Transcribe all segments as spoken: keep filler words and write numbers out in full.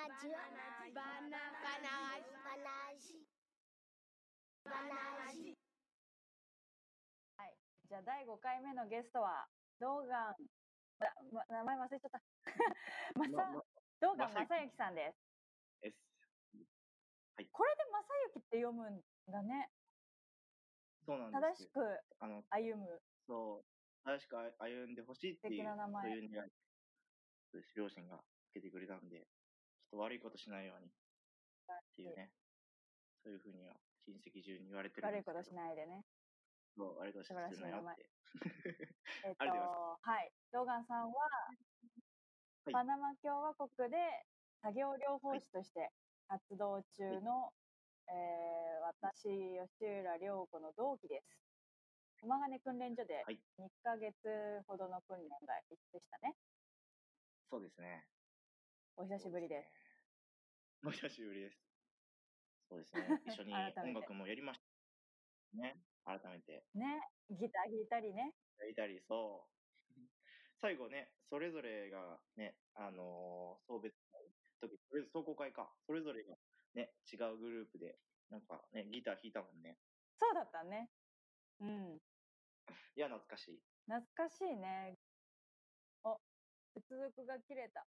ナジオバナバナジバナジ。 はい、じゃあだいごかいめのゲストはドーガン、ま、名前忘れちゃったまさ、 ままドーガン正幸正幸さんです。 です。はい。 これで正幸って読むんだね。 そうなんです正しくあの歩むそう正しく歩んでほしいっていう素敵な名前そういう願い両親がつけてくれたんで、ちょっと悪いことしないようにっていうね、そういうふうには親戚中に言われてるんですけど。 悪いことしないでね。 そう悪いことす素晴らしいるなよ名前って。 えっとありがとうございます。 はい、ドーガンさんは、 はいパナマ共和国で作業療法士として活動中の、えー私吉浦涼子の同期です。駒ヶ根訓練所ではいにかげつほどの訓練が一緒でしたね。 そうですね。 お久しぶりです。 お久しぶりです。そうですね。一緒に改めて音楽もやりましたね。改めて。 ね、ギター弾いたりね。 やりたり、そう。最後ね、それぞれがね、あのー送別会時、それ壮行会か。それぞれがね、違うグループで、なんかね、ギター弾いたもんね。 そうだったね。うん。 いや、懐かしい。 懐かしいね。お、接続が切れた。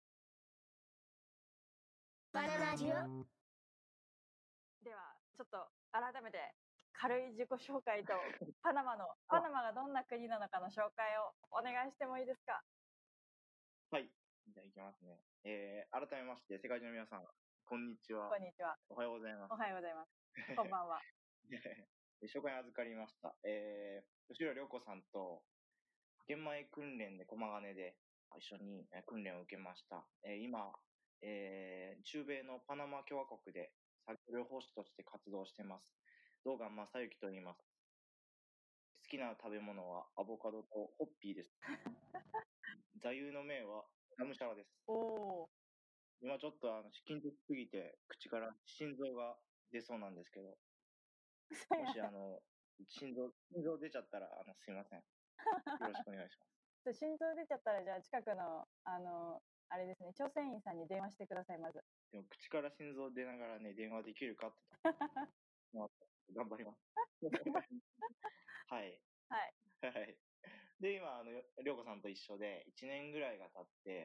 バナナジオ。 では、ちょっと改めて軽い自己紹介とパナマの、パナマがどんな国なのかの紹介をお願いしてもいいですか？ はい。じゃあ行きますね。えー、改めまして、世界中の皆さん、こんにちは。 こんにちは。 おはようございます。 おはようございます。こんばんは。 紹介預かりました。えー、吉浦涼子さんと、派遣前訓練で駒ヶ根で一緒に訓練を受けました。えー、今、えー、中米のパナマ共和国で作業療法士として活動してます。ドーガン正幸と言います。好きな食べ物はアボカドとホッピーです。座右の銘はがむしゃらです。 おー。 今ちょっとあの緊張しすぎて口から心臓が出そうなんですけど、もしあの心臓心臓出ちゃったらあのすいません。よろしくお願いします。 心臓出ちゃったら、じゃあ近くの、あの、あれですね、調整員さんに電話してください、まず。 でも口から心臓出ながらね、電話できるかってまあ頑張ります。はい。 はい。 はい。で、今、あの、りょうこさんと一緒でいちねんぐらいが経って、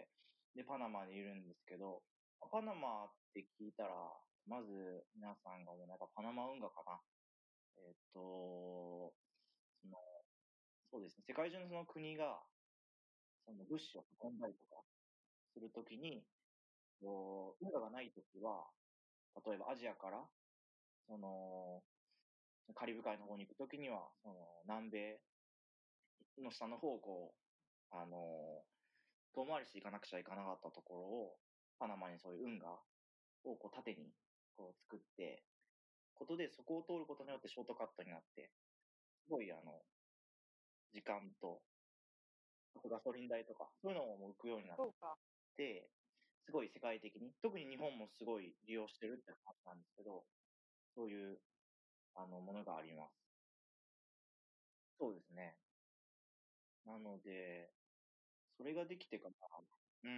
で、パナマにいるんですけど、パナマって聞いたら、まず皆さんが思う、なんかパナマ運河かな。えっと、その、そうですね、世界中のその国が、その物資を運んだりとかするときに、こう運河がないときは、例えばアジアから、その、カリブ海の方に行くときには、その、南米の下の方をこう、あの、遠回りしていかなくちゃいかなかったところを、パナマにそういう運河をこう縦にこう作って、ことでそこを通ることによってショートカットになって、すごいあの、時間と、あとガソリン代とか、そういうのも浮くようになっそうか。 て、すごい世界的に、特に日本もすごい利用してるって話なんですけど、そういうあのものがあります。そうですね。なので、それができてから、うん、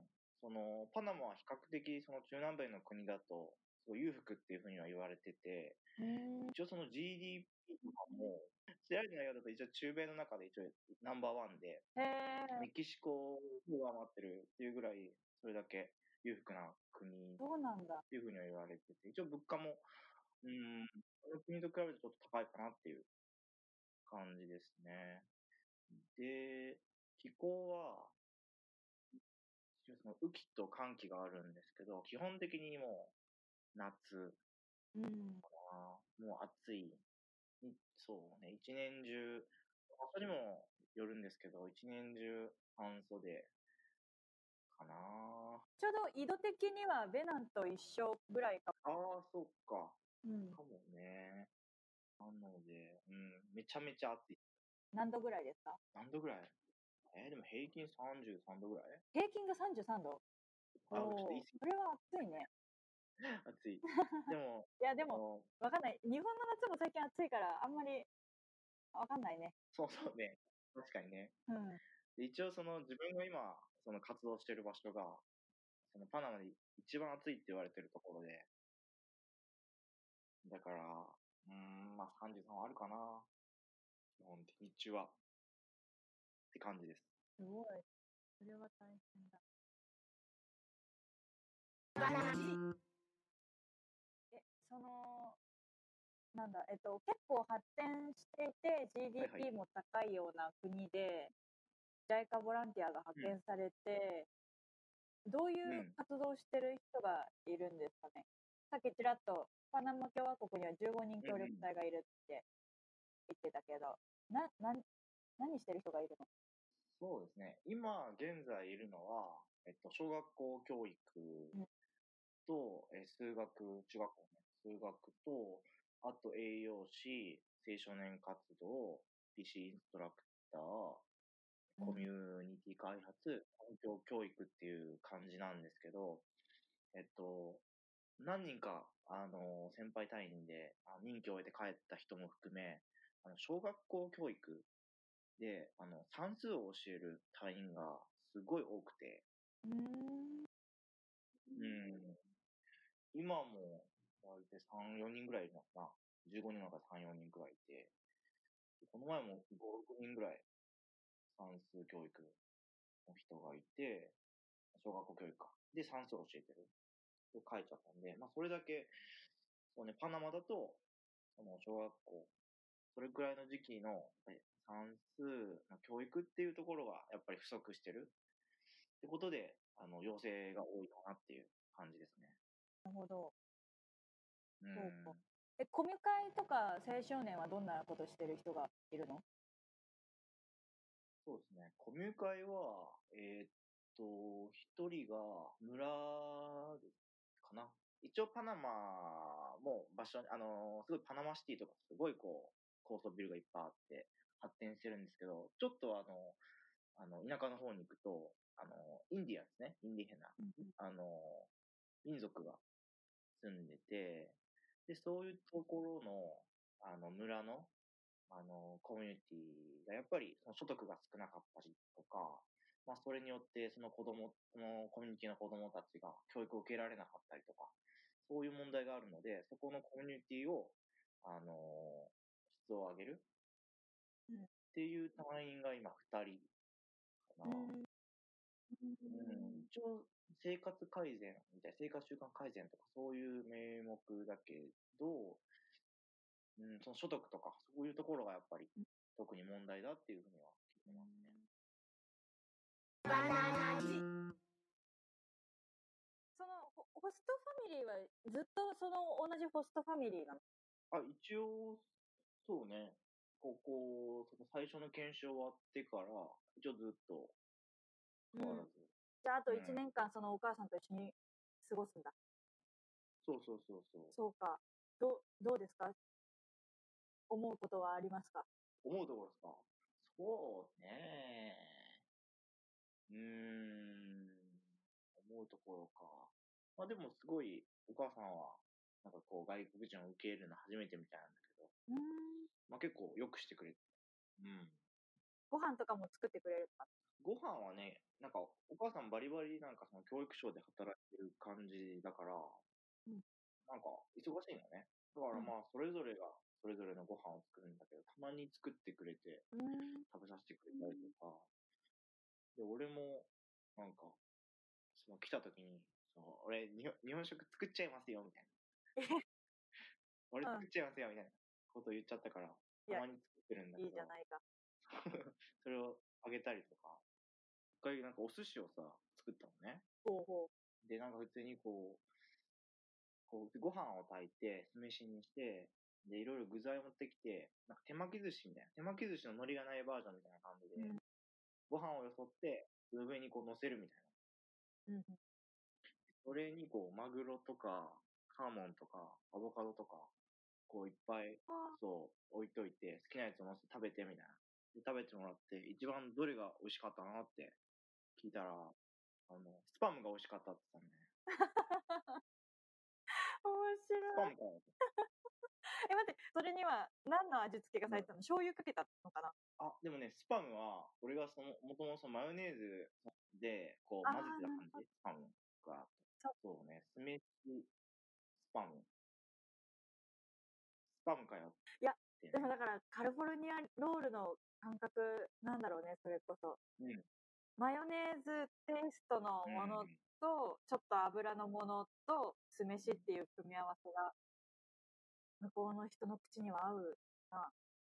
その、パナマは比較的その中南米の国だと、すごい裕福っていうふうには言われてて、一応その ジーディーピー とかも、調べてないようだと一応中米の中で一応ナンバーワンで、メキシコを上回ってるっていうぐらい、それだけ裕福な国っそうなんだ。 ていうふうには言われてて、一応物価も、うん、この国と比べるとちょっと高いかなっていう感じですね。で、気候は、その雨季と乾季があるんですけど、基本的にもう夏うん。 かな、もう暑い。いそうね、一年中、場所にもよるんですけど、一年中半袖かな。 ちょうど緯度的にはベナンと一緒ぐらいかああ、そっか。 も。うん。 かもね。なので、うん、めちゃめちゃ暑い。 何度ぐらいですか？ 何度ぐらいえー、でも平均さんじゅうさんどぐらい平均がさんじゅうさんど。 あ、ちょっと言いおー、 過ぎそれは暑いね。 暑い。でも、 いや、でも、 もわかんない。日本の夏も最近暑いから、あんまりわかんないね。 そうそうね。確かにね。 うん。 で一応その自分が今、その活動してる場所が、 そのパナマで一番暑いって言われてるところで、だから、うーん、まあさんじゅうさんはあるかな。基本的日中は。って感じです。 すごい。それは大変だ。え、その、なんだ、えっと、結構発展していて、ジーディーピー も高いような国で、ジャイカボランティアが派遣されて、うん、どういう活動をしてる人がいるんですかね。さっきちらっと、パナマ共和国にはじゅうごにん協力隊がいるって言ってたけど、な、な、何してる人がいるの？ そうですね。今、現在いるのは、えっと、小学校教育と、え数学、中学校ね、数学と、あと栄養士、青少年活動、ピーシー インストラクター、コミュニティ開発、環境教育っていう感じなんですけど、えっと、何人か、あの、先輩隊員で、あ任期を終えて帰った人も含め、あの、小学校教育で、あの、算数を教える隊員がすごい多くて、 うーん。 うん。今も、大体さん、よにんぐらいいるのかな。じゅうごにんの中でさん、よにんぐらいいて、この前もご、ろくにんぐらい算数教育の人がいて、小学校教育か。で、算数を教えてる。で書いちゃったんで、まあ、それだけ、そうね、パナマだと、その小学校、それくらいの時期の算数の教育っていうところがやっぱり不足してるってことで、あの、要請が多いかなっていう感じですね。 なるほど。 うん。 そうか。え、コミュ会とか青少年はどんなことしてる人がいるの？ そうですね。コミュ会は、えーっと、一人が村かな。一応パナマも場所、あの、すごいパナマシティとかすごいこう、高層ビルがいっぱいあって発展してるんですけど、ちょっとあの、あの、田舎の方に行くと、あの、インディアンですね。インディヘナ。あの、民族が住んでて、で、そういうところの、あの、村の、あの、コミュニティがやっぱりその所得が少なかったりとか、まあそれによってその子供、そのコミュニティの子供たちが教育を受けられなかったりとか、そういう問題があるので、そこのコミュニティを、あの、質を上げるっていう隊員が今ふたりかな。うん、一応、生活改善みたいな、生活習慣改善とかそういう名目だけど、うん、その所得とか、そういうところがやっぱり特に問題だっていうふうには聞いてますね。 バナナ味。 そのホホストファミリーはずっとその同じホストファミリーなの？ あ、一応、そうね、ここ、その最初の研修終わってから、一応ずっと変わらず。 じゃああとうんいちねんかんそのお母さんと一緒に過ごすんだ。 そうそうそうそう。 そうか。どどうですか？思うことはありますか？ 思うところですか？そうね。うーん、思うところか。まあでもすごい、お母さんは、なんかこう外国人を受け入れるの初めてみたいなんだけど、 うーん。 まあ結構よくしてくれて。うん。 ご飯とかも作ってくれるのか？ ご飯はね、なんかお母さんバリバリなんかその教育省で働いてる感じだから、 うんなんか忙しいのね。だからまあそれぞれがそれぞれのご飯を作るんだけど、たまに作ってくれてうーん。 食べさせてくれたりとか、で、俺もなんか、その来た時に、その俺日本日本食作っちゃいますよみたいな。俺作っちゃいますよみたいなことを言っちゃったから、 いやたまに作ってるんだけど、 いいじゃないか。 それをあげたりとか、一回なんかお寿司をさ、作ったのね。 ほうほで、なんか普通にこう、こう、ご飯を炊いて、酢飯にして、で、いろいろ具材を持ってきて、なんか手巻き寿司みたいな、手巻き寿司の海苔がないバージョンみたいな感じで、 うんご飯をよそって、上にこう乗せるみたいな。 う。うんそれにこう、マグロとか、サーモンとか、アボカドとか、こういっぱい、そう、置いといて、好きなやつを乗せて食べてみたいな。で食べてもらって、一番どれが美味しかったなって聞いたら、あの、スパムが美味しかったって言ったのね。 面スパ白い。 ムかよ。 え、待って、それには何の味付けがされてたの？醤油かけたのかな？ あ、でもね、スパムは、俺がその、もともとそのマヨネーズで、こう、 あー混ぜてた感じ、スパムか。 そうそうね、酢飯、スパム。スパムかよいや、 ってね。 でもだからカリフォルニアロールの感覚なんだろうね、それこそ。 うん。 マヨネーズテイストのものうんと、ちょっと油のものと酢飯っていう組み合わせが、向こうの人の口には合うな。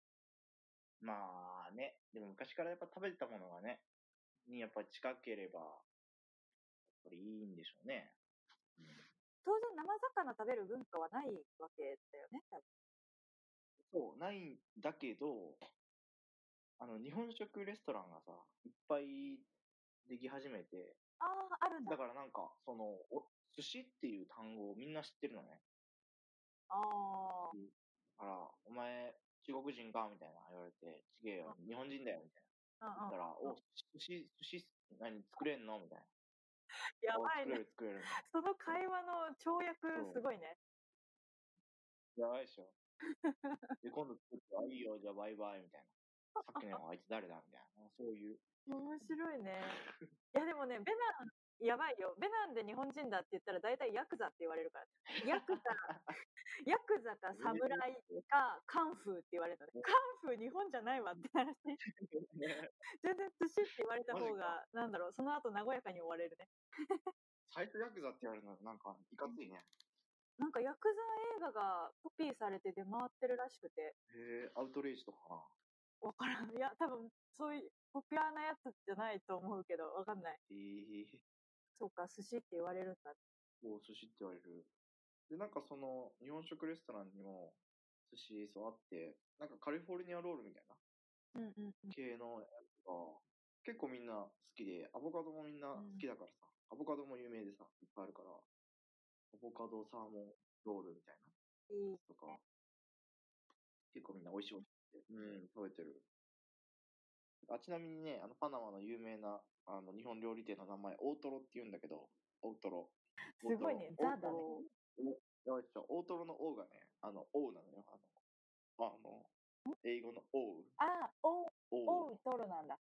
まあね、でも昔からやっぱ食べてたものがね、にやっぱり近ければ、やっぱりいいんでしょうね。うん、 当然生魚食べる文化はないわけだよね、多分。 そう、ないんだけど、あの、日本食レストランがさ、いっぱいでき始めて、 ああ、あるんだ。 だからなんか、その、お寿司っていう単語をみんな知ってるのね。 ああ。 だから、お前、中国人かみたいな言われて、ちげえよ、日本人だよ、みたいな。 うんうん。 言ったら、お、寿司、寿司、何作れんのみたいな。お、 やばいね。 作れる、作れる。 その会話の跳躍そうすごいね。 やばいでしょ。で、今度作って、あ、いいよ、じゃあバイバイ、みたいな。さっきのあいつ誰だみたいな。そういう。 面白いね。いやでもね、ベナン、やばいよ。ベナンで日本人だって言ったら大体ヤクザって言われるから。ヤクザ、ヤクザか侍かカンフーって言われるのね。カンフー日本じゃないわって話。全然寿司って言われた方が、なんだろう、その後和やかに終われるね。 最初ヤクザって言われるのなんかいかついね。 なんかヤクザ映画がコピーされて出回ってるらしくて。 へえ、アウトレイジとかかな。 わからん。いや、多分、そういう、ポピュラーなやつじゃないと思うけど、わかんない。 ええそうか、寿司って言われるんだ。 そう、寿司って言われる。で、なんかその、日本食レストランにも寿司そうあって、なんかカリフォルニアロールみたいなうんうんうん。 系のやつが、結構みんな好きで、アボカドもみんな好きだからさ、アボカドも有名でさ、いっぱいあるから、アボカドサーモンロールみたいないいとか、結構みんな美味しい美味しいって、うん、食べてる。あ、ちなみにね、あの、パナマの有名な、あの、日本料理店の名前、大トロって言うんだけど、大トロ。 すごいね、ザだね。 大トロ、おやばいっしょ大トロの O がね、あの、O なのよ。あの、あの、英語の O。 あ、お、 O。 おう、トロなんだ。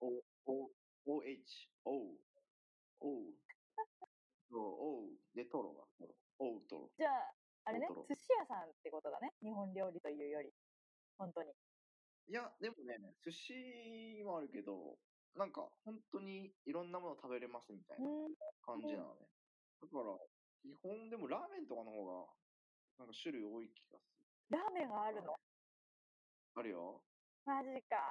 O、O、OH、O、O。そう、O でトロが、トロ。O トロ。 じゃあ、あれね大トロ、 寿司屋さんってことだね。日本料理というより。本当に。 いや、でもね、寿司もあるけど、なんか、本当にいろんなもの食べれますみたいなうん。 感じなのね。だから、基本でもラーメンとかの方が、なんか種類多い気がする。 ラーメンがあるの？ あるよ。 マジか。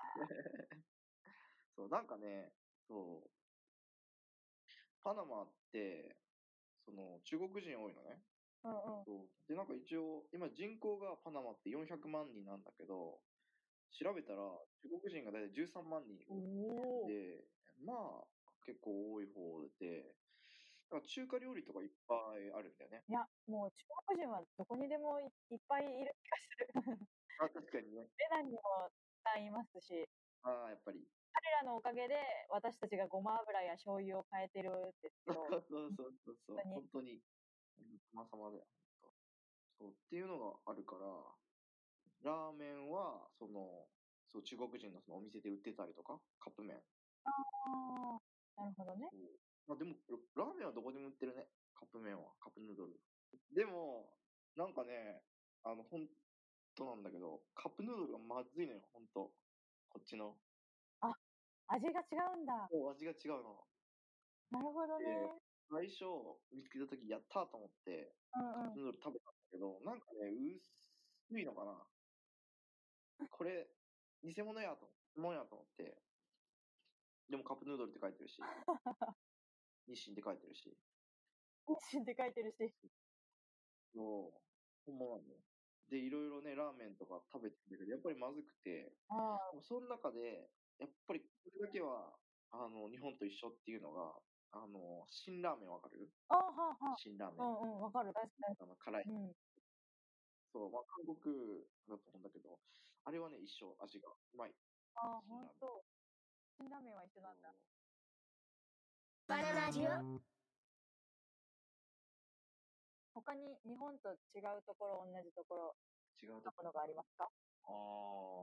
そう、なんかね、そう、パナマって、その、中国人多いのね。 うんうん。 そう。で、なんか一応、今人口がパナマってよんひゃくまん人なんだけど、調べたら中国人が大体じゅうさんまん人いる。 おお。 で、まあ、結構多い方で、だから中華料理とかいっぱいあるんだよね。 いや、もう中国人はどこにでもい、いっぱいいる気がする。 あ、確かにね。 ベナンにもたくさんいますし、 ああ、やっぱり。 彼らのおかげで私たちがごま油や醤油を変えてるんですけど、 そうそうそうそうそう。 本当に本当に、様々だよ。本当そうっていうのがあるから、ラーメンは、その、そう、中国人のそのお店で売ってたりとか、カップ麺。 ああ、なるほどね。 そうまあでも、ラーメンはどこでも売ってるね。カップ麺は。カップヌードル。でも、なんかね、あの、ほんとなんだけど、カップヌードルがまずいのよ、ほんと。こっちの。 あ、味が違うんだ。 もう味が違うの。 なるほどね。 で、最初見つけたとき、やったーと思って、 うんうんカップ。ヌードル食べたんだけど、なんかね、薄いのかな。これ、偽物やと、もんやと思って。でもカップヌードルって書いてるし、日清って書いてるし、 日清って書いてるし。 もう、本物なんだよ。で、いろいろね、ラーメンとか食べてるけど、やっぱりまずくて、 ああ、 でもその中で、やっぱりこれだけは、あの、日本と一緒っていうのが、あの、辛ラーメンわかるああ、はあ、はあ。 辛ラーメン。 うんうん、わかる。大好き大好あの、辛い。 き。うん。 そう、まあ、韓国だと思うんだけど、あれはね、一緒、味が。うまい。 ああ、 辛ラーメン。 ほんと。辛ラーメンは一緒なんだ。 そうバナナジュ他に日本と違うところ、同じところ、 違うとどんなものがありますか？ ああ、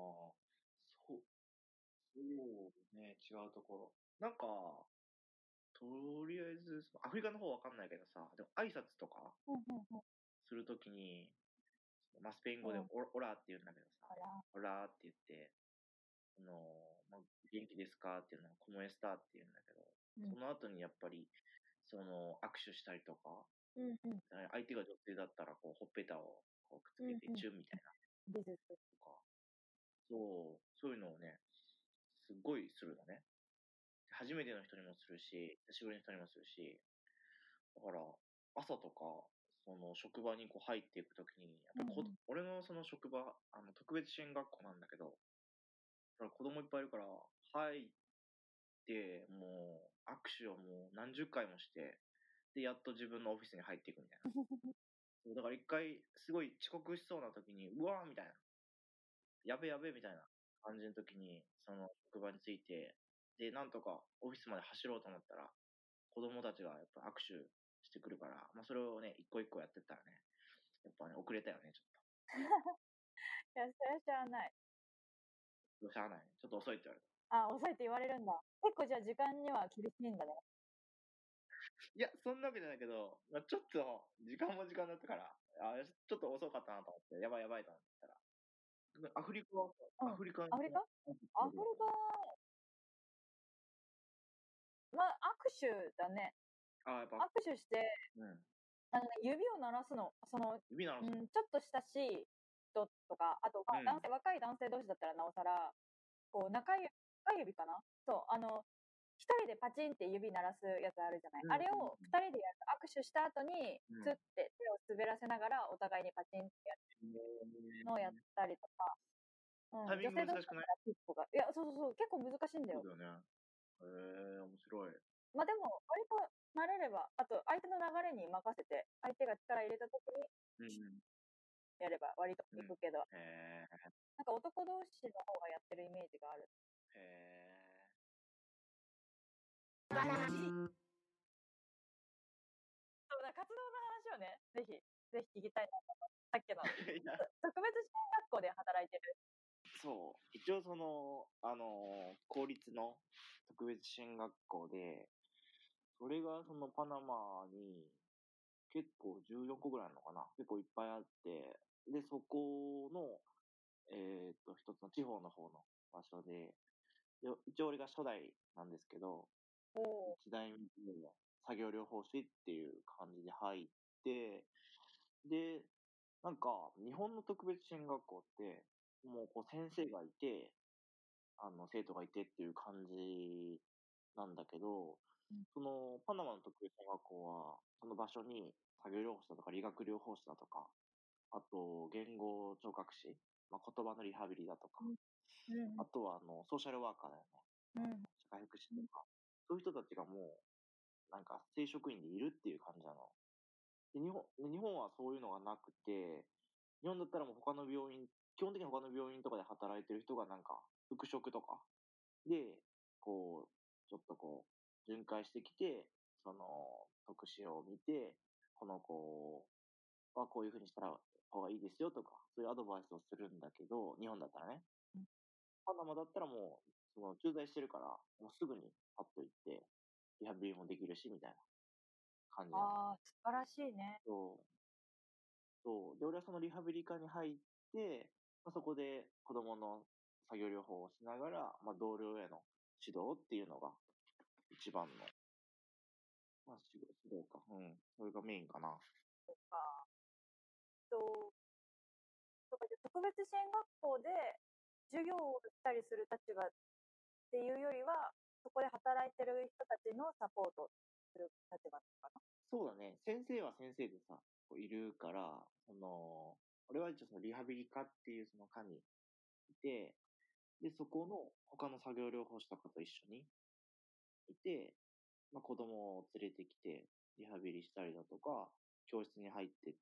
そう、そうね、違うところ。なんか、 とりあえず、そのアフリカの方わかんないけどさ、でも挨拶とかうんうんうん。 するときに、まあ、スペイン語でうんオラオラって言うんだけどさ、 あら。 オラって言って、あのまあ、元気ですかっていうのはコモエスタって言うんだけど、 うんその後にやっぱり、その握手したりとか、 うんうん。 相手が女性だったらこうほっぺたをこうくっつけてうんうんチュンみたいな美術。 とか、そう、そういうのをね、すっごいするのね。初めての人にもするし、久しぶりの人にもするし、だから、朝とか、その職場にこう入っていくときに、やっぱりこ、 うんうん俺のその職場、あの特別支援学校なんだけど、だから子供いっぱいいるから、入って、もう握手をもう何十回もして、で、やっと自分のオフィスに入っていくみたいな。そうだから一回、すごい遅刻しそうな時に、うわーみたいな。やべやべみたいな感じの時に、その職場に着いて、で、なんとかオフィスまで走ろうと思ったら、子供たちがやっぱ握手してくるから、まあそれをね、一個一個やってったらね、やっぱね、遅れたよね、ちょっいや、それは知らない。 と。しゃあない。ちょっと遅いって言われた。 あ、遅いって言われるんだ。結構じゃあ時間には厳しいんだね。 いや、そんなわけじゃないけど、まあ、ちょっと、時間も時間だったから、あちょっと遅かったなと思って、やばいやばいと思ったら。アフリカは、 うんアフリカにアフリカアフリカ、まあ、握手だね。 あ、やっぱ、 握手して、 うん。 あのね、指を鳴らすの。その、 指なの、 うん、ちょっと親しい人とか、あと、まあうん男性、若い男性同士だったらなおさら、こう、中指、中指かなそう、あの、一人でパチンって指鳴らすやつあるじゃない。 うんあれを二人でやる。握手した後にうん、 つって手を滑らせながらお互いにパチンってやるのをやったりとか。うん、 タイミング女性同士だった難しくない？ らピッポが。いや、そうそうそう、結構難しいんだよ。 そうだよね。へえ、面白い。 まあでも、割と慣れれば、あと相手の流れに任せて、相手が力入れた時にうんうん。 やれば割といくけど、 へえ、 なんか男同士の方がやってるイメージがある。 へえ。 バナナそうだ、活動の話をね、ぜひ、ぜひ聞きたいなと思ったけど、 いや特別支援学校で働いてる。 そう。一応その、あの、公立の特別支援学校で、それがそのパナマに結構じゅうよんこぐらいあるのかな。結構いっぱいあって、で、そこの、えーっと、一つの地方の方の場所で、で一応俺が初代なんですけど、 お一代目で作業療法士っていう感じで入って、で、なんか、日本の特別支援学校って、もうこう先生がいて、あの、生徒がいてっていう感じなんだけど、 うんその、パナマの特別支援学校は、その場所に作業療法士だとか理学療法士だとか、あと、言語聴覚士、まあ、言葉のリハビリだとか、 うんあとは、あの、ソーシャルワーカーだよね。 うん社会福祉とか、そういう人たちがもう、なんか、正職員でいるっていう感じなの。で日本日本はそういうのがなくて、日本だったらもう他の病院、基本的に他の病院とかで働いてる人がなんか、復職とかで、こう、ちょっとこう、巡回してきて、その、特使を見て、この子はこういう風にしたら方がいいですよとか、そういうアドバイスをするんだけど、日本だったらね。 うんパナマだったらもう、その、駐在してるから、もうすぐにパッと行って、リハビリもできるし、みたいな感じなの。 ああ、素晴らしいね。 そう。そう。で、俺はそのリハビリ科に入って、まあ、そこで子供の作業療法をしながら、まあ、同僚への指導っていうのが一番の、まあ、指導指導か。うん。それがメインかな。 とか、と、とかで特別支援学校で授業をしたりする立場っていうよりは、そこで働いてる人たちのサポートする立場かな。 そうだね。先生は先生でさ、こういるから、その、俺は一応そのリハビリ科っていうその科にいて、で、そこの他の作業療法士とかと一緒にいて、まあ、子供を連れてきて、リハビリしたりだとか、教室に入ってって、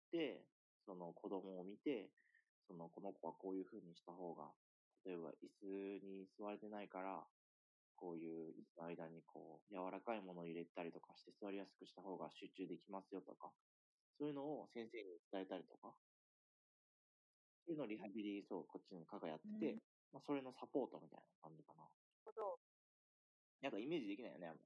その子供を見て、そのこの子はこういう風にした方が、例えば椅子に座れてないから、こういう椅子の間にこう、柔らかいものを入れたりとかして座りやすくした方が集中できますよとか、そういうのを先生に伝えたりとか、そういうのをリハビリ、そう、こっちの科がやってて、まあ、それのサポートみたいな感じかな。 ほど。 なんかイメージできないよね、あんまり。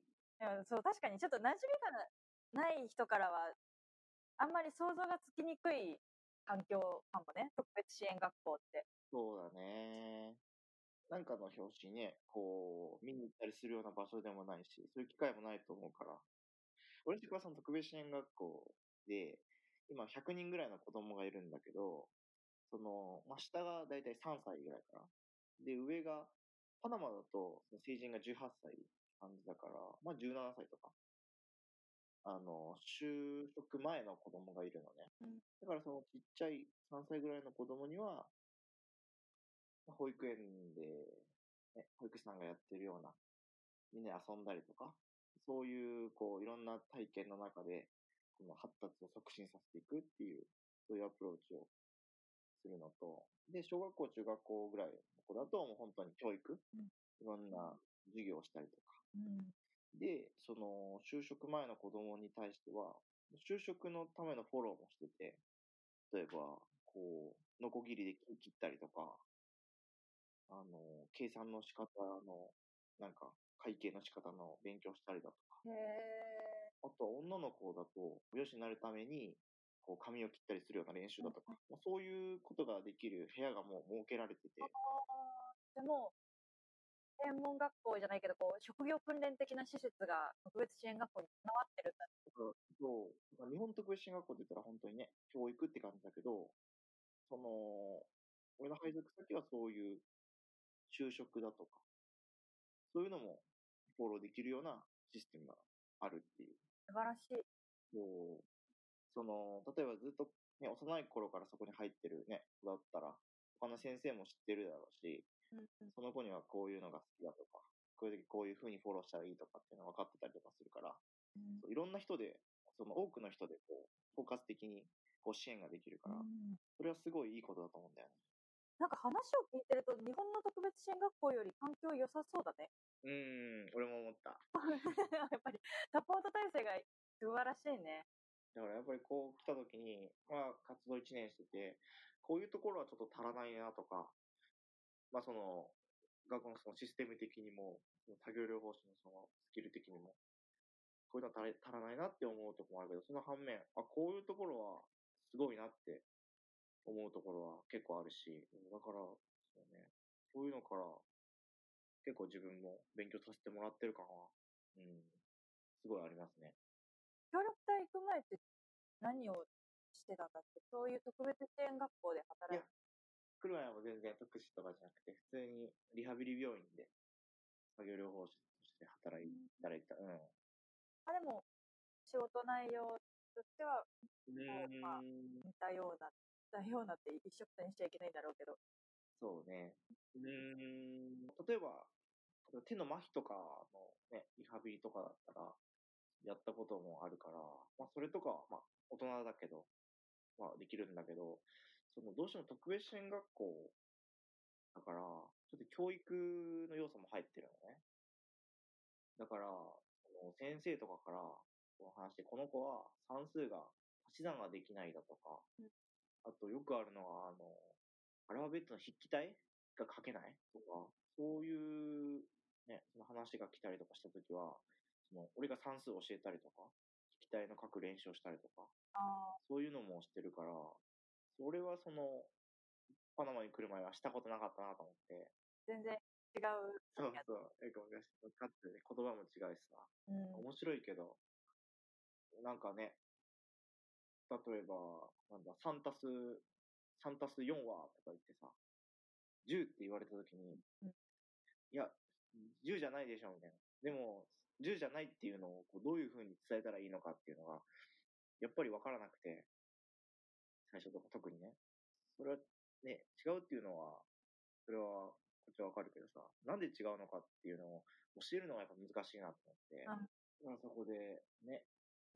やそう、確かにちょっと馴染みがない人からは、あんまり想像がつきにくい環境かもね、特別支援学校って。 そうだね。なんかの表紙にね、こう、見に行ったりするような場所でもないし、そういう機会もないと思うから。俺たちはその特別支援学校で、今ひゃくにんぐらいの子供がいるんだけど、その、まあ、下がだいたいさんさいぐらいかな。で、上が、パナマだとその成人がじゅうはっさいって感じだから、まあじゅうななさいとか、あの、就職前の子供がいるのね。 うんだからそのちっちゃいさんさいぐらいの子供には、保育園で、ね、保育士さんがやってるような、みんなで遊んだりとか、そういう、こう、いろんな体験の中で、この発達を促進させていくっていう、そういうアプローチをするのと、で、小学校、中学校ぐらいの子だと、もう本当に教育、 うんいろんな授業をしたりとか。 うんで、その、就職前の子供に対しては、就職のためのフォローもしてて、例えば、こう、ノコギリで木切ったりとか、あの、計算の仕方の、なんか、会計の仕方の勉強したりだとか。 へえ。 あとは女の子だと、美容師になるために、こう、髪を切ったりするような練習だとか、まあそういうことができる部屋がもう設けられてて、 あーでも、専門学校じゃないけど、こう、職業訓練的な施設が特別支援学校に備わってるんだ。 そう、だから日本特別支援学校って言ったら本当にね、教育って感じだけど、その、俺の配属先はそういう就職だとか、そういうのもフォローできるようなシステムがあるっていう。 素晴らしい。 もう、その、例えばずっとね、幼い頃からそこに入ってるね、子だったら、他の先生も知ってるだろうし、 うんうんその子にはこういうのが好きだとか、こういう時こういう風にフォローしたらいいとかっていうのが分かってたりとかするから、 うんそういろんな人で、その多くの人でこう、包括的にこう支援ができるから、 うんそれはすごいいいことだと思うんだよね。 なんか話を聞いてると、日本の特別支援学校より環境良さそうだね。 うーん、俺も思った。 やっぱりサポート体制が素晴らしいね。 だからやっぱりこう来た時に、まあ活動いちねんしてて、こういうところはちょっと足らないなとか、まあその、学校のそのシステム的にも、作業療法士のそのスキル的にも、こういうのは足り足らないなって思うところもあるけど、その反面、あ、こういうところはすごいなって思うところは結構あるし、だから、そうね、そういうのから結構自分も勉強させてもらってる感は、うん、すごいありますね。 協力隊行く前って何をしてたんだっけ？そういう特別支援学校で働いて。 来る前は全然特殊とかじゃなくて、普通にリハビリ病院で作業療法士として働いたりた。うん。 あ、でも、仕事内容としては、 うこう、まあ、 ーん。 似たような、似たようなって一緒くたにしちゃいけないんだろうけど。 そうね。うーん。例えば、手の麻痺とかのね、リハビリとかだったら、やったこともあるから、まあ、それとかは、まあ、大人だけど、まあ、できるんだけど、その、どうしても特別支援学校だから、ちょっと教育の要素も入ってるのね。だから、その先生とかからこの話で、この子は算数が足し算ができないだとか、 うんあとよくあるのは、あの、アルファベットの筆記体が書けないとか、そういうね、その話が来たりとかしたときは、その、俺が算数を教えたりとか、筆記体の書く練習をしたりとか、 あそういうのもしてるから、それはその、パナマに来る前はしたことなかったなと思って。 全然違う。 そうそう。え、ごめんなさい。かつてね、言葉も違うしさ。 うん。 面白いけど、なんかね、例えば、なんだ、さんたす、さんたすよんはとか言ってさ、じゅうって言われたときに、 うんいや、じゅうじゃないでしょ、みたいな。でも、じゅうじゃないっていうのをこうどういう風に伝えたらいいのかっていうのが、やっぱりわからなくて、最初とか特にね。それはね、違うっていうのは、それは、こっちはわかるけどさ、なんで違うのかっていうのを教えるのがやっぱ難しいなと思って、 うんまあそこでね、うん、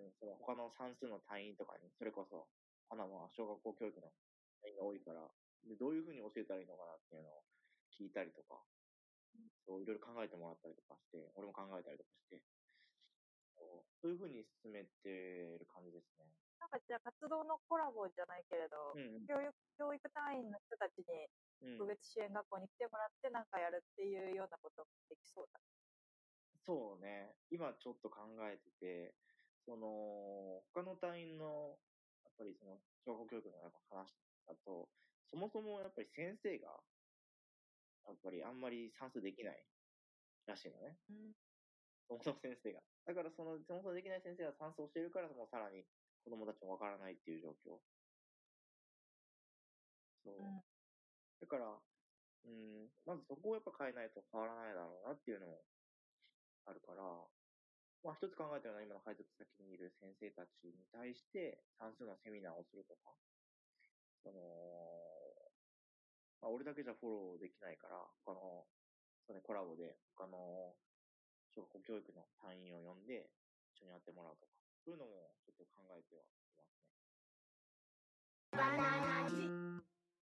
その他の算数の単位とかに、それこそ、パナマは小学校教育の単位が多いから、でどういう風に教えたらいいのかなっていうのを聞いたりとか、そういろいろ考えてもらったりとかして、俺も考えたりとかして、そうそういう風に進めてる感じですね。 なんかじゃあ活動のコラボじゃないけれど、 うん教育教育隊員の人たちにうん。うん。 特別支援学校に来てもらってなんかやるっていうようなこともできそうだ。 そうね、今ちょっと考えてて、その、他の隊員の、やっぱりその、小学教育のやっぱ話だと、そもそもやっぱり先生が、やっぱりあんまり算数できないらしいのね。 うん。 そもそも先生が。だからその、そもそもできない先生が算数を教えるから、もうさらに子供たちもわからないっていう状況。そうう。 ん。 だから、うん、まずそこをやっぱ変えないと変わらないだろうなっていうのもあるから、まあ一つ考えたのは今の配属先にいる先生たちに対して算数のセミナーをするとか、その、まあ俺だけじゃフォローできないから、他の、そのコラボで他の小学校教育の隊員を呼んで一緒にやってもらうとか、そういうのもちょっと考えてはいますね。 バナナジ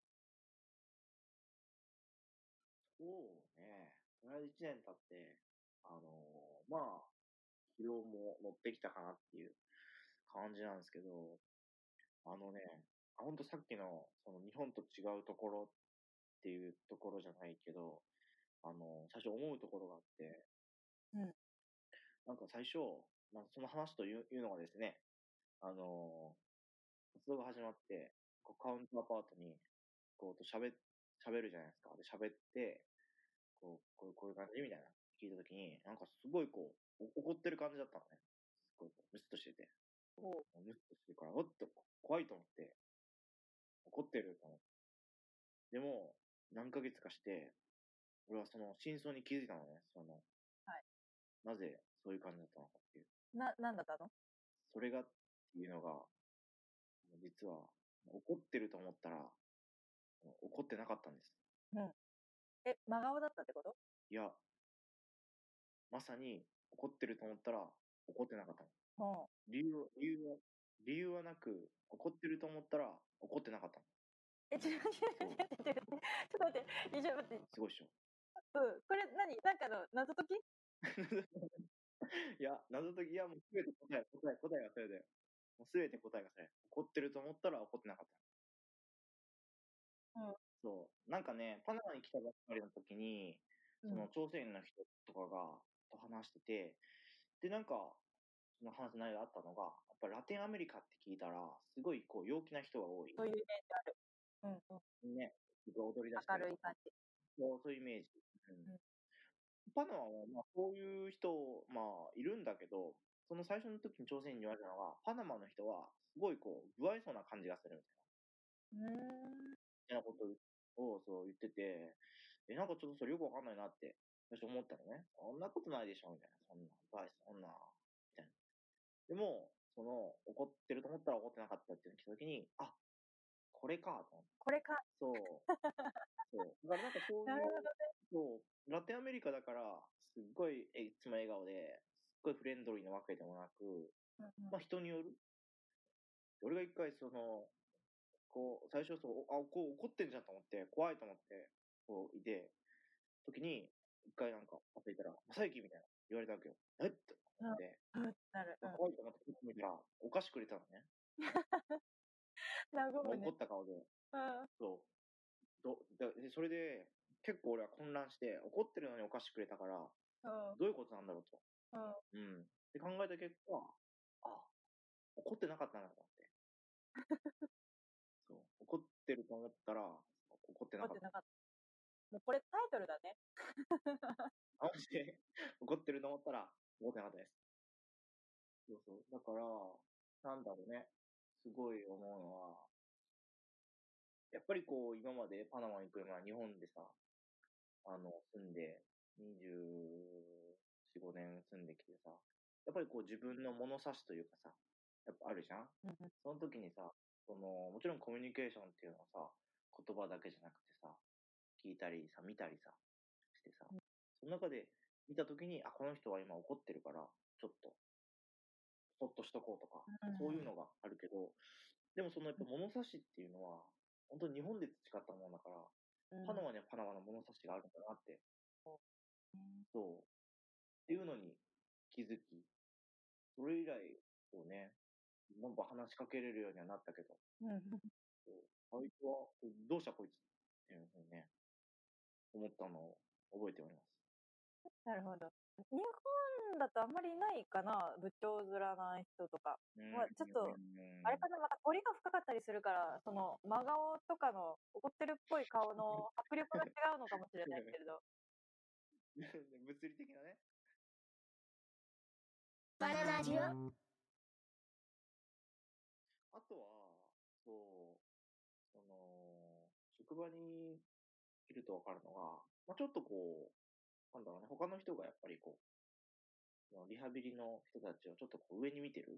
そうね。とりあえず一年経って、あのーまあ、疲労も乗ってきたかなっていう感じなんですけど、あのね、あ、ほんとさっきの、その日本と違うところっていうところじゃないけど、あの、最初思うところがあって、 うん。 なんか最初、まあ、その話といういうのがですね、あの、活動が始まって、こうカウンターパートに、こう、と喋、喋るじゃないですか。で、喋って、こう、こうこういう感じみたいな、聞いたときに、なんかすごいこう、お怒ってる感じだったのね。すごいこう、ムスッとしてて。 おう。 ムスッとしてるから、おっと、怖いと思って、怒ってると思って。でも、何ヶ月かして、俺はその真相に気づいたのね。その、 はい。 なぜそういう感じだったのかっていう。 な、なんだったの？ それがっていうのが、実は、怒ってると思ったら、怒ってなかったんです。 うん。え、真顔だったってこと？ いや、まさに怒ってると思ったら怒ってなかったの。 うん。 理由は、理由は、理由はなく、怒ってると思ったら怒ってなかったの。 え、ちょっと待って、待って、待って、ちょっと待って、ちょっと待って。 すごいっしょ。 うん。これ何？なんかの謎解き？ いや、謎解き、いや、もうすべて答え、答え、答えがそれだよ。もうすべて答えがそれ。怒ってると思ったら怒ってなかった。 うん。 そう。なんかね、パナマに来たばっかりの時に、その朝鮮の人とかが、と話してて、で、なんか、その話の内容あったのが、やっぱラテンアメリカって聞いたら、すごいこう陽気な人が多い。 そういうイメージある。うんうん。 ね。すごい踊り出したりとか。 明るい感じ。 そう、そういうイメージ。うんうん。 パナマは、まあ、そういう人、まあ、いるんだけど、その最初の時に朝鮮に言われたのが、パナマの人は、すごいこう、不愛想な感じがするみたいな。 うーん。 みたいなことをそう言ってて、え、なんかちょっとそれよくわかんないなって、最初思ったのね。そんなことないでしょみたいな。そんな、不愛想、そんな、みたいな。でも、その、怒ってると思ったら怒ってなかったっていうのを聞いた時に、あ、これか、と思って。 これか。 そう。そう。だからなんかそういう、 なるほどね。 そう、ラテンアメリカだから、すっごい、えいつも笑顔で、すっごいフレンドリーなわけでもなく、 うんうん。 まあ人による。俺が一回その、こう、最初そう、あ、こう怒ってんじゃんと思って、怖いと思って、こういて、時に、一回なんか、朝いたら、正行みたいな言われたわけよ。えって思って、 うん。なる。うん。 怖いと思って、見たら、お菓子くれたのね。 和むね。 怒った顔で。 うん。 そう。どでそれで、結構俺は混乱して、怒ってるのにお菓子くれたから、 うん。 どういうことなんだろうと。 うん。 うん。で考えた結果、あ、怒ってなかったなと思って。そう。怒ってると思ったら、怒ってなかった。 怒ってなかった。もうこれタイトルだね。 あ、マジで怒ってると思ったら、怒ってなかったです。そうそう。だから、なんだろうね。すごい思うのは、やっぱりこう、今までパナマに来る前は日本でさ、あの、住んで、にじゅうよん、ごねん住んできてさ、やっぱりこう自分の物差しというかさ、やっぱあるじゃん。 うんうん。 その時にさ、その、もちろんコミュニケーションっていうのはさ、言葉だけじゃなくてさ、聞いたりさ、見たりさ、してさ、その中で見た時に、あ、この人は今怒ってるから、ちょっと、そっとしとこうとか、そういうのがあるけど、でもそのやっぱ物差しっていうのは、本当に日本で培ったものだから、 うん。 パナマにはパナマの物差しがあるんだなって、 うんそう、っていうのに気づき、それ以来、こうね、バンバン話しかけれるようにはなったけど、 うん。 そうあいつは、どうしたこいつっていうふうにね、思ったのを覚えております。 なるほど。日本だとあんまりいないかな、部長面な人とか。まあ、ちょっと、あれかな、また彫りが深かったりするから、その真顔とかの怒ってるっぽい顔の迫力が違うのかもしれないけれど。 物理的なね。 バナナジオ。 あとは、そう、その、職場にいるとわかるのが、まあ、ちょっとこう、なんだろうね、他の人がやっぱりこう、そのリハビリの人たちをちょっとこう上に見てる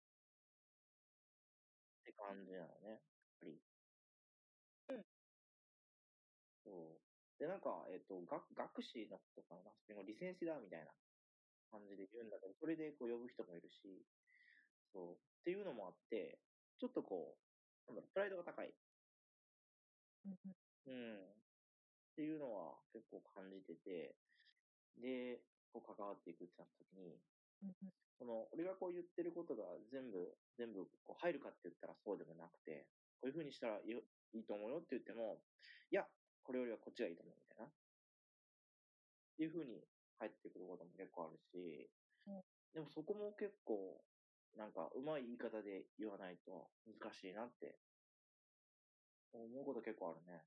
って感じなのね、やっぱり。 うん。 そう。で、なんか、えっ、と、学、学士の人かな、それのリセンシだみたいな感じで言うんだけど、それでこう呼ぶ人もいるし、そう。っていうのもあって、ちょっとこう、なんだろう、プライドが高い。 うんうんうん。っていうのは結構感じてて、で、こう関わっていくってなった時に、 うんうんその、俺がこう言ってることが全部、全部こう入るかって言ったらそうでもなくて、こういう風にしたらいいよいいと思うよって言っても、いや、これよりはこっちがいいと思うみたいな。っていう風に返ってくることも結構あるし、 うんでもそこも結構、なんか、うまい言い方で言わないと難しいなって思うこと結構あるね。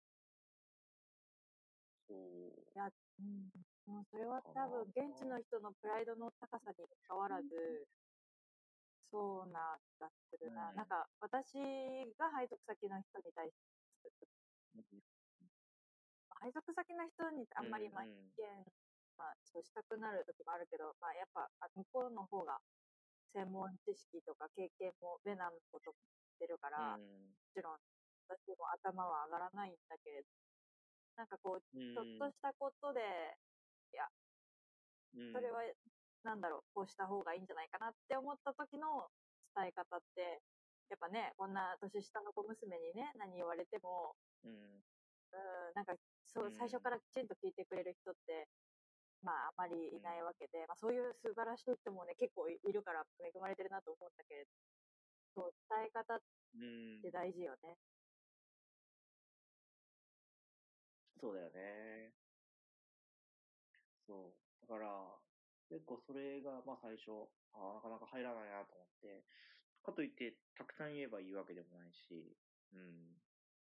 そう。 いや、うん。もうそれはかな。 多分、現地の人のプライドの高さに関わらず、そうな気がするな。 うん。 なんか、私が配属先の人に対して、配属先の人にあんまり、まあ、意見、まあ、そうしたくなる時もあるけど、まあ、やっぱ、あ向こうの方が専門知識とか経験もベナムことも知ってるかうん。 ら、もちろん、私も頭は上がらないんだけれど、なんかこう、 うちょっとん。 したことで、いや、 うん。 それは、なんだろう、こうした方がいいんじゃないかなって思った時の伝え方って、やっぱね、こんな年下の子娘にね、何言われても、 うん。 うん、なんか、そうう、最初ん。 からきちんと聞いてくれる人って、まあ、あまりいないわけで、まあ、そういう素晴らしい人もね、結構いいるから恵まれてるなと思うんだけれど、そう、伝え方っうん。 て大事よね。 そうだよね。そう。だから、結構それが、まあ最初、ああ、なかなか入らないなと思って、かといって、たくさん言えばいいわけでもないし、うん。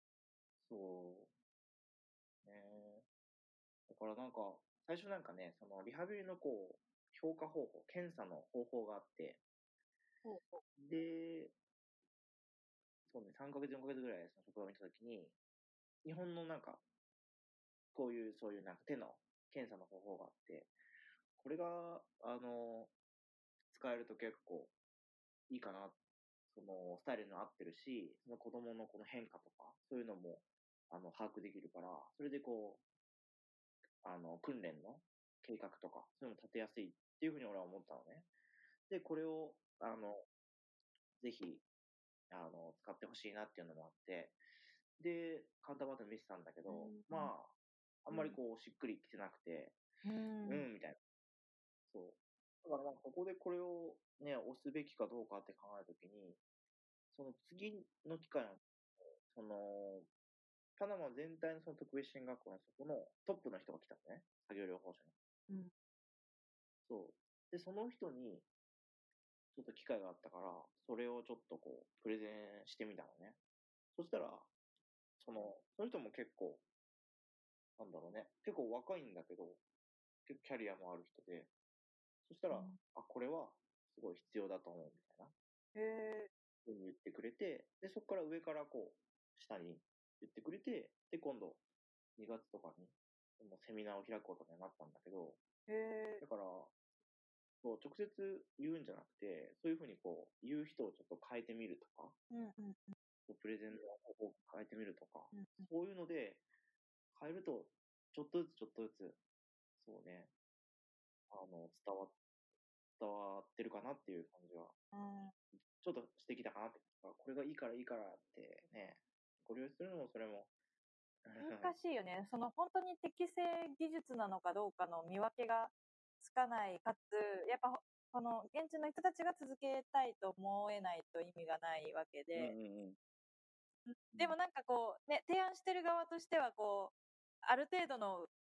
そう。ね。だからなんか、最初なんかね、そのリハビリのこう、評価方法、検査の方法があって、 ほうほう。 で、そうね、さんかげつ、よんかげつぐらいその職場を見たときに、日本のなんか、こういう、そういうなんか手の検査の方法があって、これが、あの、使えると結構いいかな。その、スタイルに合ってるし、その子供のこの変化とか、そういうのも、あの、把握できるから、それでこう、あの、訓練の計画とか、そういうのも立てやすいっていうふうに俺は思ったのね。で、これを、あの、ぜひ、あの、使ってほしいなっていうのもあって、で、カウンターバトン見せたんだけど、 うんまあ、あんまりこう、しっくりきてなくて、 うんうん、みたいな。そう。だからなんかここでこれをね、押すべきかどうかって考えたときに、その次の機会の、その、パナマ全体のその特別支援学校のそこのトップの人が来たのね。作業療法士の。 うんそう。で、その人に、ちょっと機会があったから、それをちょっとこう、プレゼンしてみたのね。そしたら、その、その人も結構、なんだろうね、結構若いんだけど、結構キャリアもある人で、そしたら、 うんあ、これはすごい必要だと思うみたいな、 へえ。 ふうに言ってくれて、で、そこから上からこう、下に言ってくれて、で、今度、にがつとかに、もうセミナーを開くことになったんだけど、 へえ。 だから、そう、直接言うんじゃなくて、そういうふうにこう、言う人をちょっと変えてみるとか、 うんうんプレゼンの方法を変えてみるとか、 うんうん。 そういうので変えると、ちょっとずつちょっとずつ、そうね、あの、伝わ、伝わってるかなっていう感じは、 うんちょっとしてきたかなって。これがいいからいいからってね、ご了承するのもそれも、 難しいよね。その本当に適正技術なのかどうかの見分けがつかない、かつ、やっぱ、この現地の人たちが続けたいと思えないと意味がないわけうんうんで、 うん。 でもなんかこう、ね、提案してる側としてはこう、ある程度の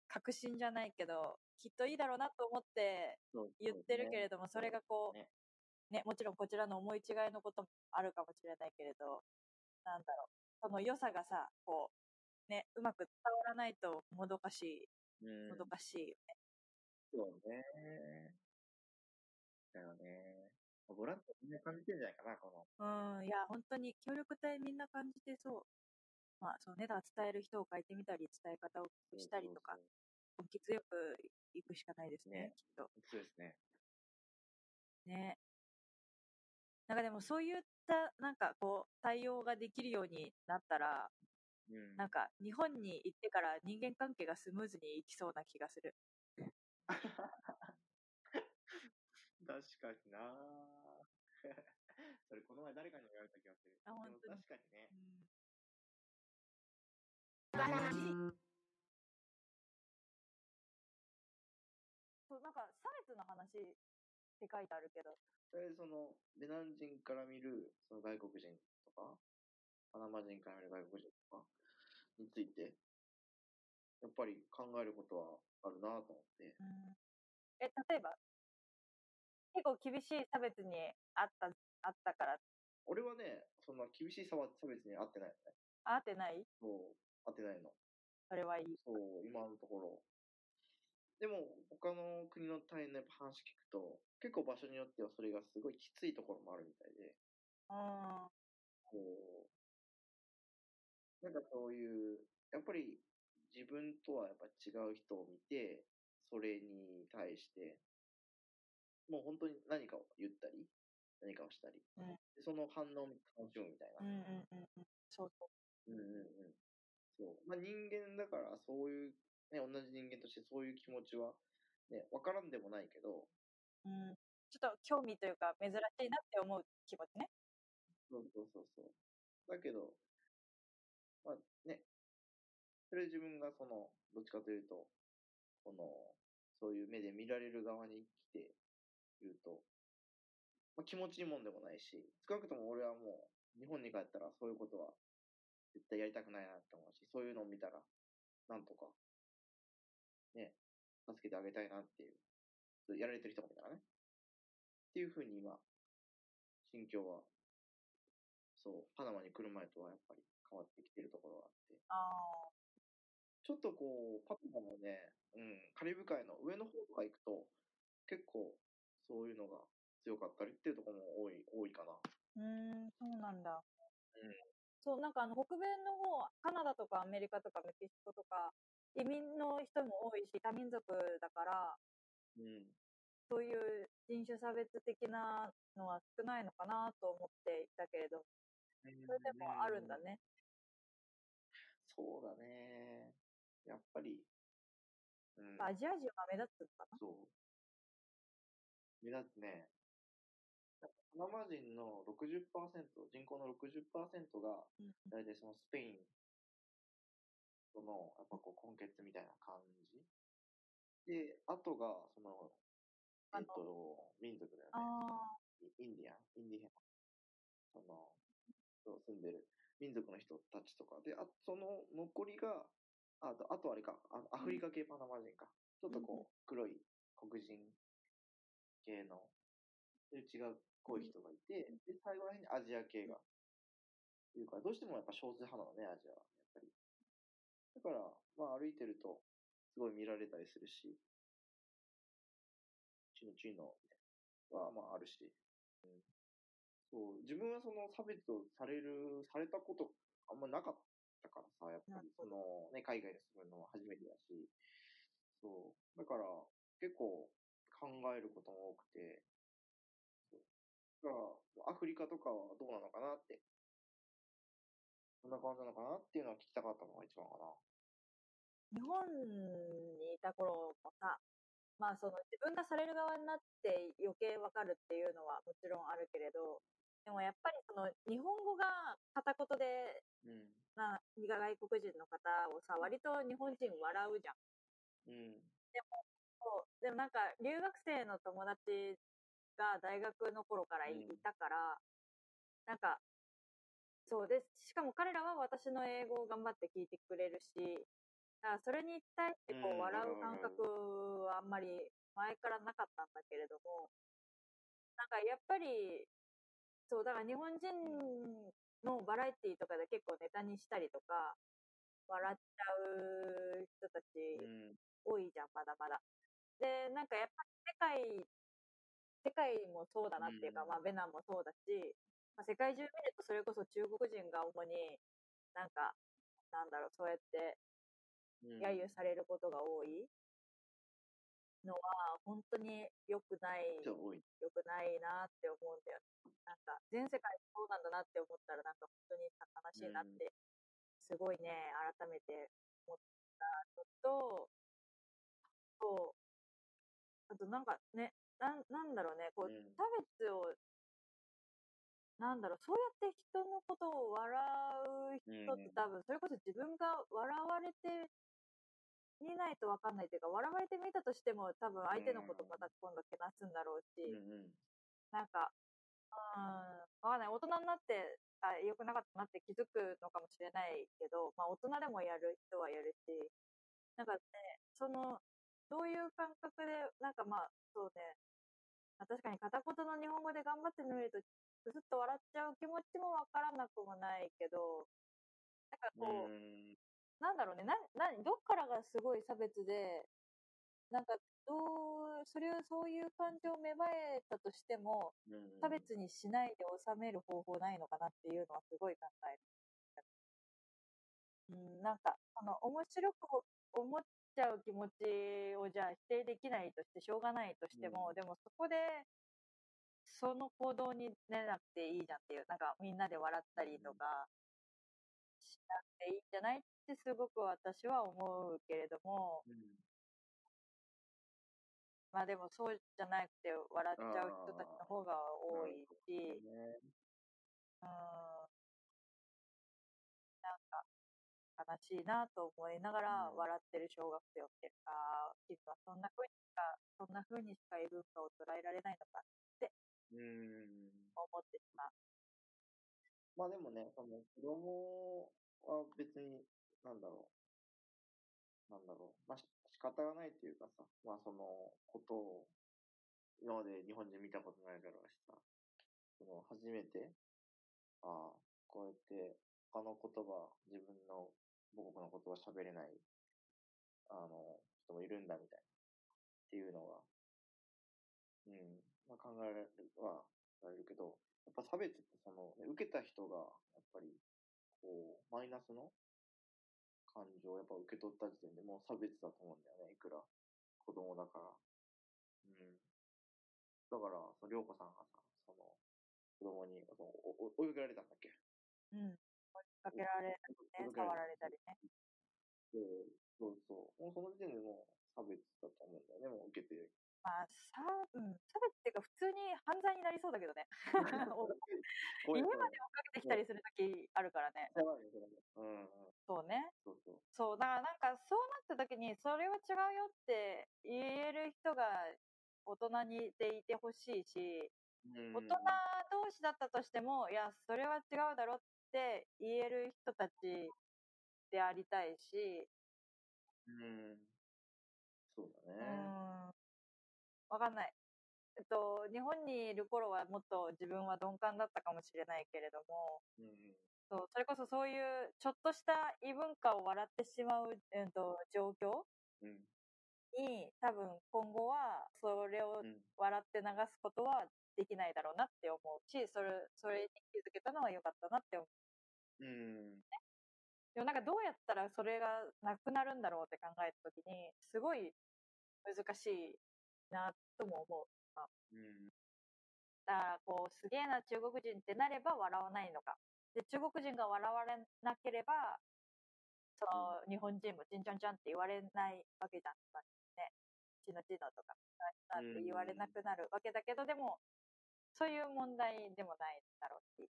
確信じゃないけど、きっといいだろうなと思ってそう言ってるけれども、それがこう、 ね、 ね、もちろんこちらの思い違いのこともあるかもしれないけれど、なんだろう、その良さがさ、こう、ね、うまく伝わらないともどかしい、 うん、 もどかしいよね。 そうね。だよね。ボランティアみんな感じてるんじゃないかな、この。 うん、いや、本当に協力隊みんな感じてそう。まあ、そうね、だから伝える人を変えてみたり、伝え方をしたりとか、根気強くいくしかないですね、 ねきっと。 そうですね。 ね。なんかでもそういった、なんかこう、対応ができるようになったら、 うん。 なんか日本に行ってから人間関係がスムーズにいきそうな気がする。 確かになそれこの前誰かに言われた気がする。 あ、本当に。 でも確かにね。 うんそう、なんか差別の話って書いてあるけど。 それその、ベナン人から見るその外国人とか、パナマ人から見る外国人とかについて、やっぱり考えることはあるなと思って。 うんえ、例えば、結構厳しい差別にあった、あったから、 俺はね、そんな厳しい差別に合ってないよね。 合ってないそう、合ってないの。 それはいい。 そう、今のところ。でも、他の国の隊員の話聞くと、結構場所によってはそれがすごいきついところもあるみたいで、 うん。 こう、なんかそういう、やっぱり自分とはやっぱ違う人を見て、それに対して、もう本当に何かを言ったり、何かをしたり、 うんでその反応を楽しむみたいな。 うんうんうんうん。そうそう。 うんうんうん。そう。まあ人間だからそういう、ね、同じ人間としてそういう気持ちは、ね、わからんでもないけど、 うん。ちょっと興味というか、珍しいなって思う気持ちね。 そうそうそうそう。だけど、まあね、それ自分がその、どっちかというと、この、そういう目で見られる側に来て言うと、まあ、気持ちいいもんでもないし、少なくとも俺はもう、日本に帰ったらそういうことは絶対やりたくないなって思うし、そういうのを見たら、なんとか、ね、助けてあげたいなっていう、そうやられてる人もいたらね。っていうふうに今、心境は、そう、パナマに来る前とはやっぱり変わってきてるところがあって、 あちょっとこう、パナマのね、うん、カリブ海の上の方とか行くと、結構そういうのが強かったりっていうところも多い、多いかな。 あ。うーん、そうなんだ。 うん。 そう、なんかあの、北米の方、カナダとかアメリカとかメキシコとか、移民の人も多いし、多民族だから、 うん。 そういう人種差別的なのは少ないのかなと思っていたけれど、それでもあるんだね。 そうだね。やっぱり、うん、 アジア人は目立つのかなそう。目立つね。パナマ人のろくじゅっパーセント、人口のろくじゅっパーセントが、 うん大体そのスペインとの、やっぱこう、根血みたいな感じ。で、あとが、その、えっと、民族だよね。 あインディアン、インディアン、その、そう住んでる民族の人たちとかで、あその残りが、あと、あとあれか、あアフリカ系パナマ人か。ちょっとこう、黒い黒人系の、そういう違う濃い人がいて、で、最後らへんにアジア系が。っていうか、どうしてもやっぱ少数派なのね、アジアは。やっぱり。だから、まあ歩いてると、すごい見られたりするし、チノチノみたいなのは、まああるし。そう、自分はその差別をされる、されたことあんまなかったからさ、やっぱりそのね、海外で住むのは初めてだし、そう、だから結構考えることも多くて、そうだからアフリカとかはどうなのかなって、どんな感じなのかなっていうのは聞きたかったのが一番かな。 日本にいた頃もさ、まあその自分がされる側になって余計わかるっていうのはもちろんあるけれど、でもやっぱりその日本語が片言でうん。 な外国人の方をさ、割と日本人笑うじゃん。 うん。 でも、そうでもなんか留学生の友達が大学の頃からい,、 うんたから、なんか、そうです。しかも彼らは私の英語を頑張って聞いてくれるし、 だからそれに対してこううん、 笑うわかるわか感覚る。 はあんまり前からなかったんだけれども、なんかやっぱり、そう、だから日本人のバラエティとかで結構ネタにしたりとか、笑っちゃう人たちうん。 多いじゃん、まだまだ。で、なんかやっぱり世界、世界もそうだうなっていうか、 ん。 まあベナンもそうだし、まあ、世界中見るとそれこそ中国人が主になんか、なんだろう、そうやって揶揄されることが多いのは、本当に良くない、 多い。 良くないなって思うんだよ。なんか、全世界そうなんだなって思ったら、なんか本当に悲しいなって、すごいね、改めて思ったのと、そう、あとなんかね、なんなんだろうね、こう、 うん。 差別を、なんだろう、そうやって人のことを笑う人って多分、それこそ自分が笑われて見ないとわかんないというか、笑われてみたとしても、多分相手のことまた今度けなすんだろうし、 うんうん。 なんか、うーん、わかんない。大人になって、あ、良くなかったなって気づくのかもしれないけど、まあ大人でもやる人はやるし、なんかね、その、どういう感覚で、なんかまあ、そうね、まあ、確かに片言の日本語で頑張ってみると、くすっと笑っちゃう気持ちもわからなくもないけど、なんかうこん。 う、なんだろうね、な、な、どっからがすごい差別で、なんか、どう、それをそういう感情を芽生えたとしても、 うん差別にしないで収める方法ないのかなっていうのはすごい考える。うん、なんか、あの、面白く思っちゃう気持ちをじゃあ否定できないとしてしょうがないとしても、でもそこでその行動に出なくていいじゃんっていう、なんかみんなで笑ったりとかしなくていいんじゃないってすごく私は思うけれども、 うん。 まあでもそうじゃなくて笑っちゃう人たちのあ方があ、な多いるほどし、 ね。 うーん、悲しいなと思いながらうん。 笑ってる小学生を見てるか、君はそんな風にしか、そんな風にしか異文化を捉えられないのかってうん。 思ってしまう。 まあでもね、その子供は別に、なんだろう、なんだろう、まあし仕方がないっていうかさ、まあそのことを今まで日本人見たことないだろうしさ、その初めて、ああ、こうやって他の言葉、自分の母国の言葉喋れない、あの、人もいるんだみたいな、っていうのが、うん、まあ考えられるは、られるけど、やっぱ差別ってその、ね受けた人が、やっぱり、こう、マイナスの感情をやっぱ受け取った時点でもう差別だと思うんだよね、いくら子供だから。うん。だから、その、りょうこさんがさ、その、子供に、そのおお追いかけられたんだっけ？ うん。追いかけられたりね、触追いかけられた。 られたりね。 そうそうそう。もうその時点でもう差別だと思うんだよね、もう受けてる。 まあ、さ、うん、差別っていうか普通に犯罪になりそうだけどね。 怖い怖い。 家まで追っかけてきたりするときあるからね。 やばいね、それね。うんうん。 そうね。 そうそう。 そう、だからなんかそうなった時に、それは違うよって言える人が大人にでいてほしいし、 うん大人同士だったとしても、いや、それは違うだろって言える人たちでありたいし、 うん。そうだうーね。 ん、わかんない。えっと、日本にいる頃はもっと自分は鈍感だったかもしれないけれども、 うんそう、それこそそういうちょっとした異文化を笑ってしまう、えっと、状況うん。 に多分今後はそれをうん。 笑って流すことはできないだろうなって思うし、それ、それに気づけたのは良かったなって思う。 うん。 でもなんかどうやったらそれがなくなるんだろうって考えたときに、すごい難しいなとも思う。まあうん。 だからこう、すげえな中国人ってなれば笑わないのか。で、中国人が笑われなければ、その日本人もチンチャンチャンって言われないわけじゃん。ね。チノチノとか、 うなんて言われなん。 くなるわけだけど、でも、そういう問題でもないだろうし。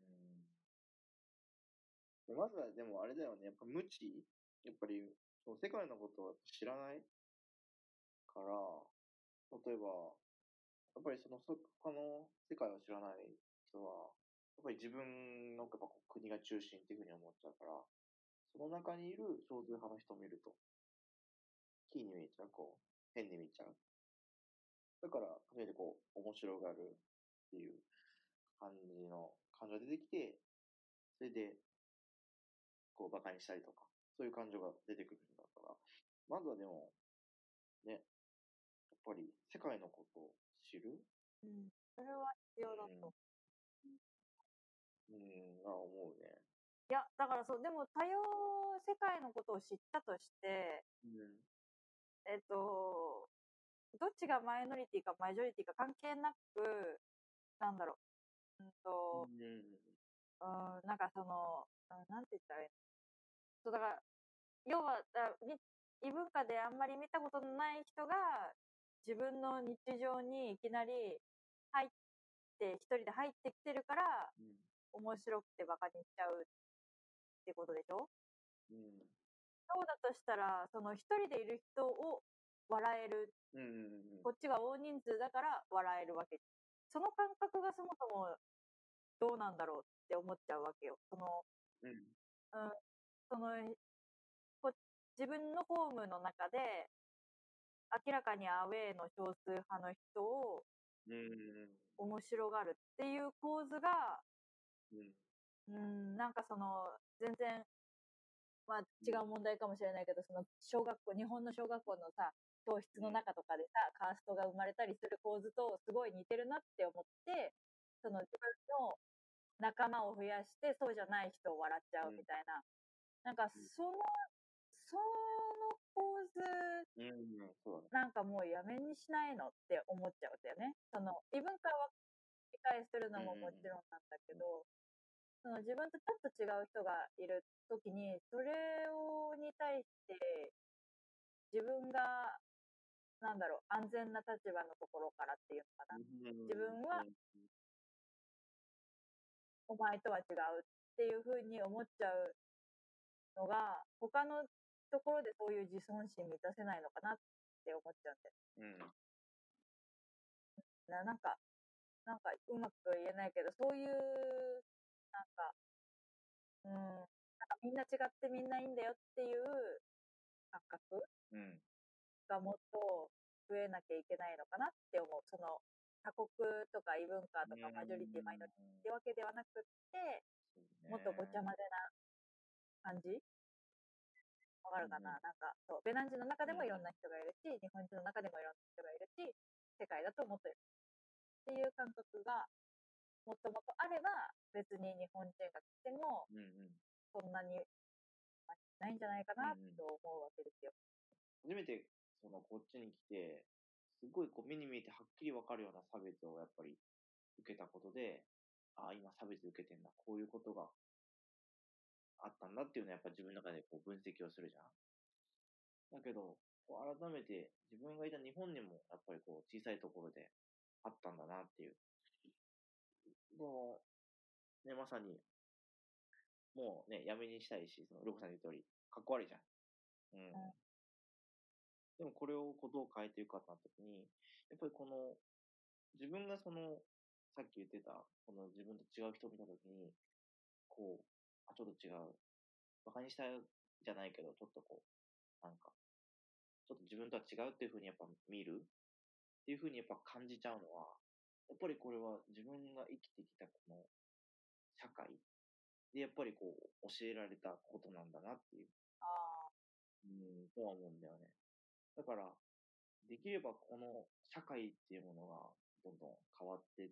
でまずはでもあれだよね、やっぱ無知やっぱり、その世界のことは知らないから、例えば、やっぱりそのそ他の世界を知らない人は、やっぱり自分のやっぱこう国が中心っていうふうに思っちゃうから、 その中にいる少数派の人を見ると、キーに見えちゃう、こう、変に見えちゃう。だから、初めてこう、面白がるっていう感じの感情が出てきて、それで、こう、馬鹿にしたりとか、そういう感情が出てくるんだから、まずはでも、ね、やっぱり世界のことを知る、 うん、それは必要だと。 うん、うん、が思うね。 いや、だからそう、でも多様世界のことを知ったとして、 うん、 えっと、どっちがマイノリティかマジョリティか関係なく、なんだろう、うんと、 うん、 うん、なんかその、うんなんて言ったらいいの。そう、だから、要は、だみ異文化であんまり見たことのない人が、自分の日常にいきなり入って、一人で入ってきてるから、 うん、 面白くてバカにしちゃうってことでしょ。 うん、 そうだとしたら、その一人でいる人を笑える。 うん、うん、 こっちが大人数だから笑えるわけ。その感覚がそもそもどうなんだろうって思っちゃうわけよ。その、 うん、 うん、その、こ自分のホームの中で、明らかにアウェーの少数派の人をうん、 面白がるっていう構図が、 うん、 うん、なんかその、全然、まあ違う問題かもしれないけど、その小学校、日本の小学校のさ、教室の中とかでさ、カーストが生まれたりする構図とすごい似てるなって思って、その自分の仲間を増やして、そうじゃない人を笑っちゃうみたいな。なんかその、その構図、 うん、そうだね。 なんかもうやめにしないのって思っちゃうんだよね。その異文化は理解するのももちろんなんだけど、その自分とちょっと違う人がいるときに、それをに対して自分が、なんだろう、安全な立場のところからっていうのかな。自分はお前とは違うっていうふうに思っちゃうのが、他のところでそういう自尊心満たせないのかなって思っちゃうんだよ。 うん、 ななんか、なんかうまく言えないけど、そういう、なんか、うん、なんかみんな違ってみんないいんだよっていう感覚うん、 がもっと増えなきゃいけないのかなって思う。その、他国とか異文化とかマジョリティ、マイノリティってわけではなくって、もっとごちゃ混ぜな感じわかるかな、なんか、そう、ベナン人の中でもいろんな人がいるし、日本人の中でもいろんな人がいるし、世界だともっといるっていう感覚がもともとあれば、別に日本人が来ても、そんなにないんじゃないかなと思うわけですよ。 初めてそのこっちに来て、すごいこう目に見えてはっきりわかるような差別をやっぱり受けたことで、ああ、今差別受けてんだ、こういうことがあったんだっていうのはやっぱ自分の中でこう分析をするじゃん。だけど、こう改めて自分がいた日本にもやっぱりこう小さいところであったんだなっていう。もう、ね、まさに、もうね、やめにしたいし、その、ロコさん言う通り、かっこ悪いじゃん。うん。 うんでもこれをこうどう変えていくかってなった時に、やっぱりこの、自分がその、さっき言ってた、この自分と違う人を見た時に、こう、あ、ちょっと違う。馬鹿にしたじゃないけど、ちょっとこう、なんか、ちょっと自分とは違うっていうふうにやっぱ見るっていうふうにやっぱ感じちゃうのは、やっぱりこれは自分が生きてきたこの社会でやっぱりこう教えられたことなんだなっていう、 あうん、とは思うんだよね。だから、できればこの社会っていうものがどんどん変わっていって、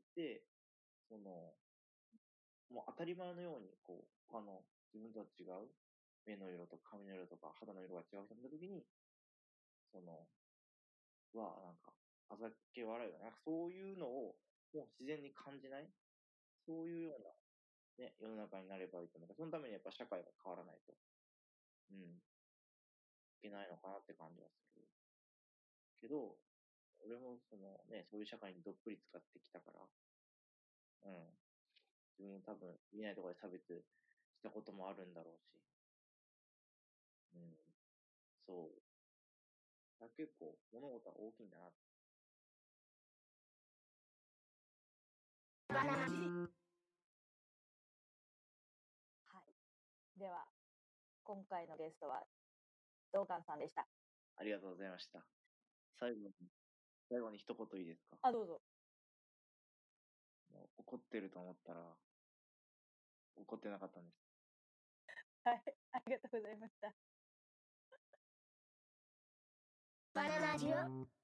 その、もう当たり前のように、こう、他の自分とは違う目の色とか髪の色とか肌の色が違う人を見たときに、その、は、なんか、あざけ笑いよね。なんかそういうのをもう自然に感じない、そういうような、ね、世の中になればいいと思う。そのためにやっぱ社会が変わらないと、うん、いけないのかなって感じはする。けど、俺もそのね、そういう社会にどっぷり使ってきたから、うん。自分も多分見ないところで差別したこともあるんだろうし、うん。そう。だから結構物事は大きいんだな。 はい。では、 今回のゲストは、ドーカンさんでした。 ありがとうございました。最後に、最後に一言いいですか？ あ、どうぞ。 もう怒ってると思ったら、怒ってなかったんです。 はい、ありがとうございました。 バナナジオ